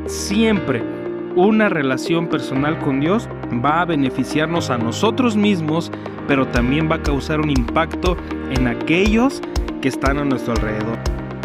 siempre una relación personal con Dios va a beneficiarnos a nosotros mismos, pero también va a causar un impacto en aquellos que están a nuestro alrededor.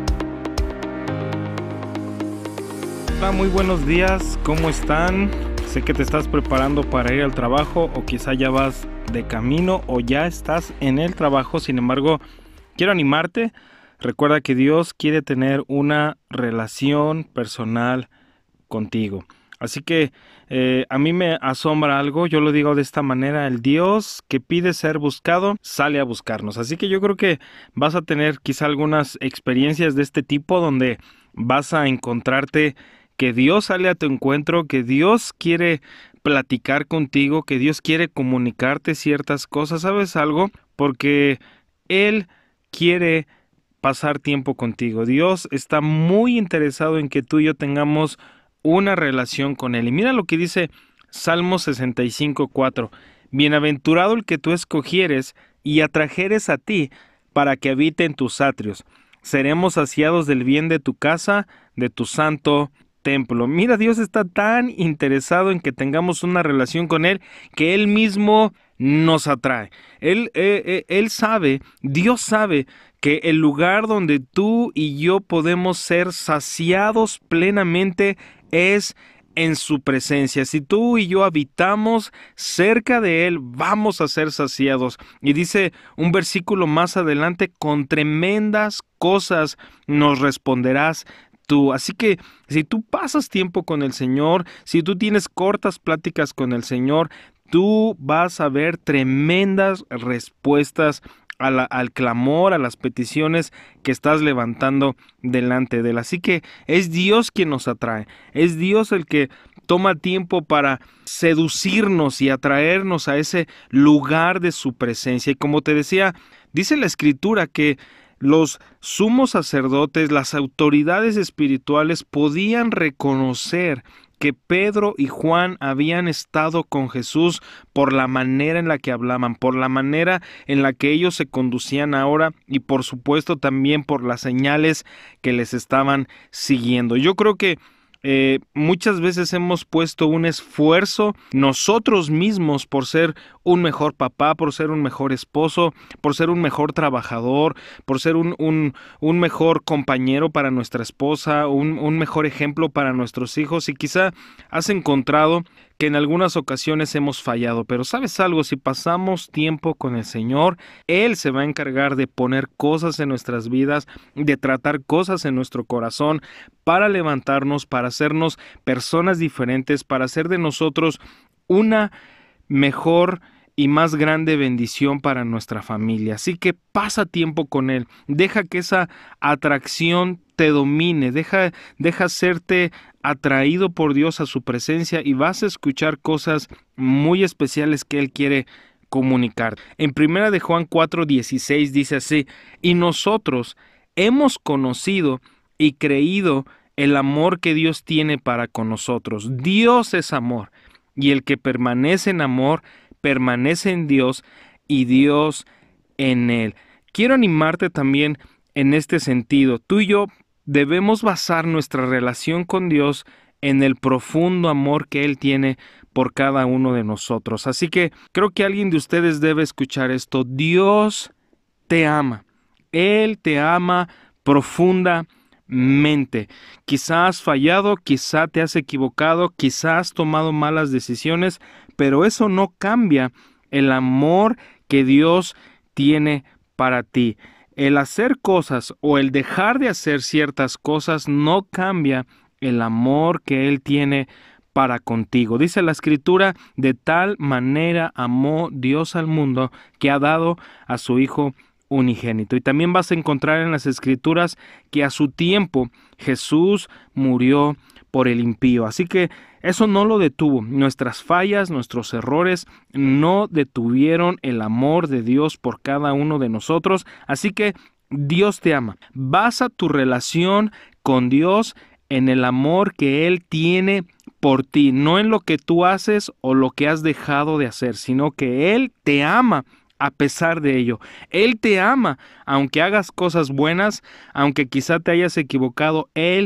Hola, muy buenos días, ¿cómo están? Sé que te estás preparando para ir al trabajo o quizá ya vas de camino o ya estás en el trabajo. Sin embargo, quiero animarte. Recuerda que Dios quiere tener una relación personal contigo. Así que a mí me asombra algo, yo lo digo de esta manera: el Dios que pide ser buscado sale a buscarnos. Así que yo creo que vas a tener quizá algunas experiencias de este tipo donde vas a encontrarte que Dios sale a tu encuentro, que Dios quiere platicar contigo, que Dios quiere comunicarte ciertas cosas. ¿Sabes algo? Porque Él quiere pasar tiempo contigo. Dios está muy interesado en que tú y yo tengamos una relación con Él. Y mira lo que dice Salmo 65:4. Bienaventurado el que tú escogieres y atrajeres a ti para que habite en tus atrios. Seremos saciados del bien de tu casa, de tu santo templo. Mira, Dios está tan interesado en que tengamos una relación con Él que Él mismo nos atrae. Él sabe, Dios sabe que el lugar donde tú y yo podemos ser saciados plenamente es en su presencia. Si tú y yo habitamos cerca de Él, vamos a ser saciados. Y dice un versículo más adelante: con tremendas cosas nos responderás tú. Así que si tú pasas tiempo con el Señor, si tú tienes cortas pláticas con el Señor, tú vas a ver tremendas respuestas al clamor, a las peticiones que estás levantando delante de Él. Así que es Dios quien nos atrae, es Dios el que toma tiempo para seducirnos y atraernos a ese lugar de su presencia. Y como te decía, dice la Escritura que los sumos sacerdotes, las autoridades espirituales podían reconocer que Pedro y Juan habían estado con Jesús por la manera en la que hablaban, por la manera en la que ellos se conducían ahora y por supuesto también por las señales que les estaban siguiendo. Yo creo que muchas veces hemos puesto un esfuerzo nosotros mismos por ser un mejor papá, por ser un mejor esposo, por ser un mejor trabajador, por ser un mejor compañero para nuestra esposa, un mejor ejemplo para nuestros hijos, y quizá has encontrado que en algunas ocasiones hemos fallado. Pero ¿sabes algo? Si pasamos tiempo con el Señor, Él se va a encargar de poner cosas en nuestras vidas, de tratar cosas en nuestro corazón para levantarnos, para hacernos personas diferentes, para hacer de nosotros una mejor y más grande bendición para nuestra familia. Así que pasa tiempo con Él, deja que esa atracción te domine, deja serte atraído por Dios a su presencia y vas a escuchar cosas muy especiales que Él quiere comunicar. En 1 de Juan 4:16 dice así: y nosotros hemos conocido y creído el amor que Dios tiene para con nosotros. Dios es amor, y el que permanece en amor permanece en Dios y Dios en Él. Quiero animarte también en este sentido. Tú y yo debemos basar nuestra relación con Dios en el profundo amor que Él tiene por cada uno de nosotros. Así que creo que alguien de ustedes debe escuchar esto. Dios te ama. Él te ama profundamente. Quizá has fallado, quizá te has equivocado, quizá has tomado malas decisiones, pero eso no cambia el amor que Dios tiene para ti. El hacer cosas o el dejar de hacer ciertas cosas no cambia el amor que Él tiene para contigo. Dice la Escritura: de tal manera amó Dios al mundo que ha dado a su Hijo unigénito. Y también vas a encontrar en las Escrituras que a su tiempo Jesús murió por el impío. Así que eso no lo detuvo. Nuestras fallas, nuestros errores no detuvieron el amor de Dios por cada uno de nosotros. Así que Dios te ama. Basa tu relación con Dios en el amor que Él tiene por ti, no en lo que tú haces o lo que has dejado de hacer, sino que Él te ama a pesar de ello. Él te ama, aunque hagas cosas buenas, aunque quizá te hayas equivocado, Él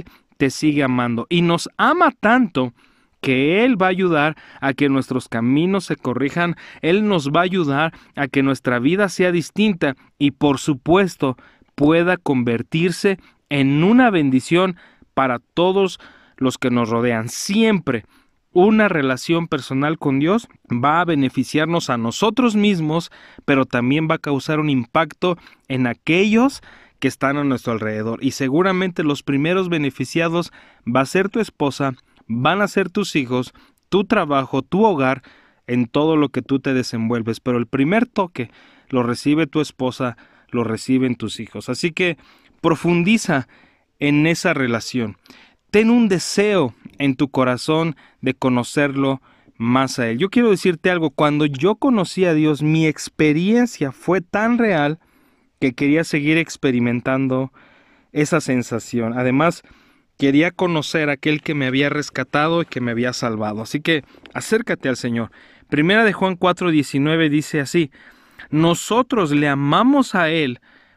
te sigue amando y nos ama tanto que Él va a ayudar a que nuestros caminos se corrijan, Él nos va a ayudar a que nuestra vida sea distinta y, por supuesto, pueda convertirse en una bendición para todos los que nos rodean. Siempre una relación personal con Dios va a beneficiarnos a nosotros mismos, pero también va a causar un impacto en aquellos que están a nuestro alrededor. Y seguramente los primeros beneficiados va a ser tu esposa, van a ser tus hijos, tu trabajo, tu hogar, en todo lo que tú te desenvuelves. Pero el primer toque lo recibe tu esposa, lo reciben tus hijos. Así que profundiza en esa relación. Ten un deseo en tu corazón de conocerlo más a Él. Yo quiero decirte algo, cuando yo conocí a Dios, mi experiencia fue tan real que quería seguir experimentando esa sensación. Además, quería conocer a aquel que me había rescatado y que me había salvado. Así que acércate al Señor. Primera de Juan 4:19 dice así: nosotros le amamos a Él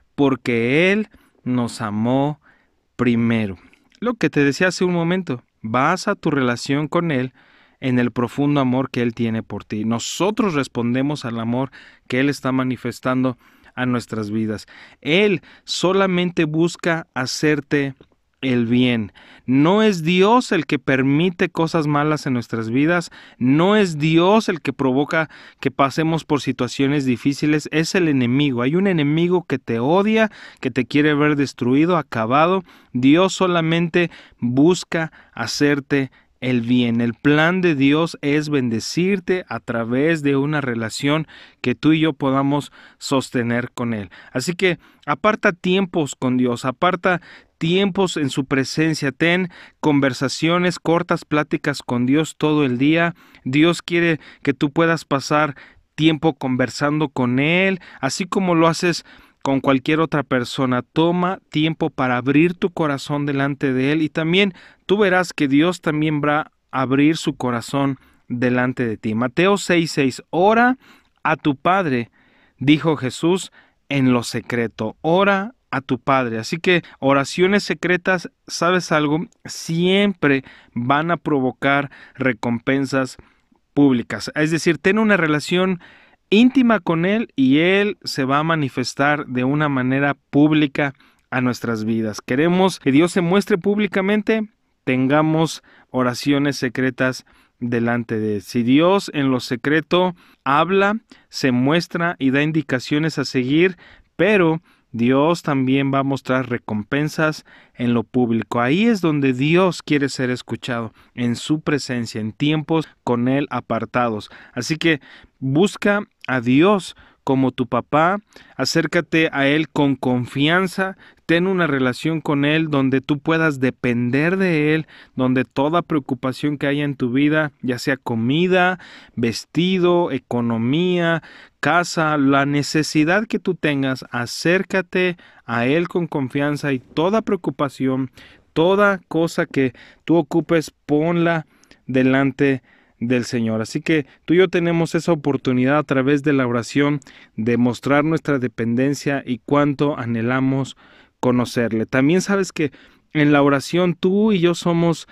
porque Él nos amó primero. Lo que te decía hace un momento, basa tu relación con Él en el profundo amor que Él tiene por ti. Nosotros respondemos al amor que Él está manifestando a nuestras vidas. Él solamente busca hacerte el bien. No es Dios el que permite cosas malas en nuestras vidas, no es Dios el que provoca que pasemos por situaciones difíciles, es el enemigo. Hay un enemigo que te odia, que te quiere ver destruido, acabado. Dios solamente busca hacerte el bien. El plan de Dios es bendecirte a través de una relación que tú y yo podamos sostener con Él. Así que aparta tiempos con Dios, aparta tiempos en su presencia, ten conversaciones, cortas pláticas con Dios todo el día. Dios quiere que tú puedas pasar tiempo conversando con Él, así como lo haces con cualquier otra persona. Toma tiempo para abrir tu corazón delante de Él y también tú verás que Dios también va a abrir su corazón delante de ti. Mateo 6:6, ora a tu Padre, dijo Jesús, en lo secreto. Ora a tu Padre. Así que oraciones secretas, ¿sabes algo? Siempre van a provocar recompensas públicas. Es decir, ten una relación íntima con Él y Él se va a manifestar de una manera pública a nuestras vidas. Queremos que Dios se muestre públicamente, tengamos oraciones secretas delante de Él. Si Dios en lo secreto habla, se muestra y da indicaciones a seguir, pero Dios también va a mostrar recompensas en lo público. Ahí es donde Dios quiere ser escuchado, en su presencia, en tiempos con Él apartados. Así que busca a Dios como tu papá, acércate a Él con confianza, ten una relación con Él donde tú puedas depender de Él, donde toda preocupación que haya en tu vida, ya sea comida, vestido, economía, casa, la necesidad que tú tengas, acércate a Él con confianza y toda preocupación, toda cosa que tú ocupes, ponla delante del Señor. Así que tú y yo tenemos esa oportunidad a través de la oración de mostrar nuestra dependencia y cuánto anhelamos conocerle. También sabes que en la oración tú y yo somos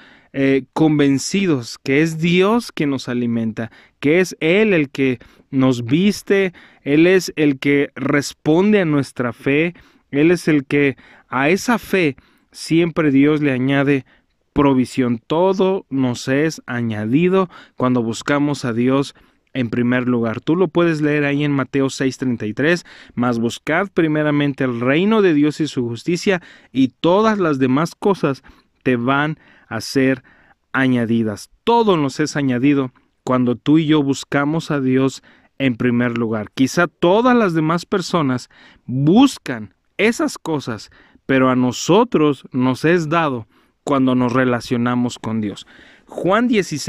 convencidos que es Dios quien nos alimenta, que es Él el que nos viste, Él es el que responde a nuestra fe, Él es el que a esa fe siempre Dios le añade provisión. Todo nos es añadido cuando buscamos a Dios en primer lugar. Tú lo puedes leer ahí en Mateo 6:33, mas buscad primeramente el reino de Dios y su justicia, y todas las demás cosas te van a ser añadidas. Todo nos es añadido cuando tú y yo buscamos a Dios en primer lugar. Quizá todas las demás personas buscan esas cosas, pero a nosotros nos es dado cuando nos relacionamos con Dios. Juan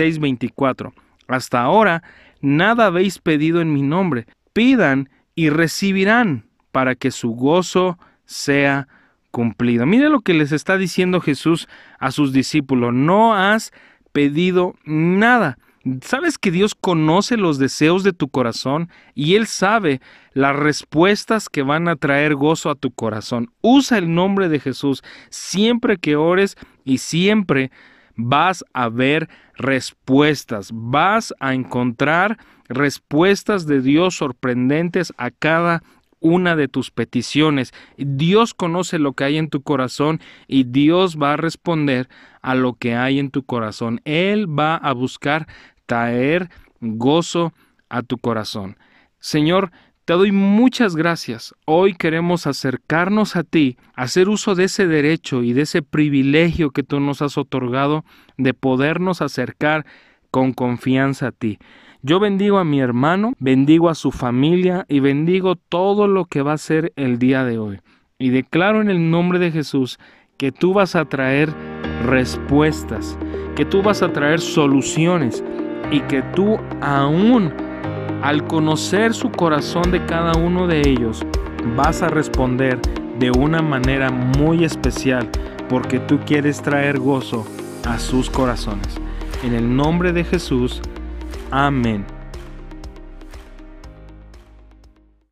16:24, hasta ahora nada habéis pedido en mi nombre. Pidan y recibirán para que su gozo sea cumplido. Mira lo que les está diciendo Jesús a sus discípulos. No has pedido nada. ¿Sabes que Dios conoce los deseos de tu corazón y Él sabe las respuestas que van a traer gozo a tu corazón? Usa el nombre de Jesús siempre que ores y siempre vas a ver respuestas, vas a encontrar respuestas de Dios sorprendentes a cada una de tus peticiones. Dios conoce lo que hay en tu corazón y Dios va a responder a lo que hay en tu corazón. Él va a buscar traer gozo a tu corazón. Señor, te doy muchas gracias. Hoy queremos acercarnos a ti, hacer uso de ese derecho y de ese privilegio que tú nos has otorgado de podernos acercar con confianza a ti. Yo bendigo a mi hermano, bendigo a su familia y bendigo todo lo que va a ser el día de hoy. Y declaro en el nombre de Jesús que tú vas a traer respuestas, que tú vas a traer soluciones y que tú aún al conocer su corazón de cada uno de ellos, vas a responder de una manera muy especial porque tú quieres traer gozo a sus corazones. En el nombre de Jesús, amén.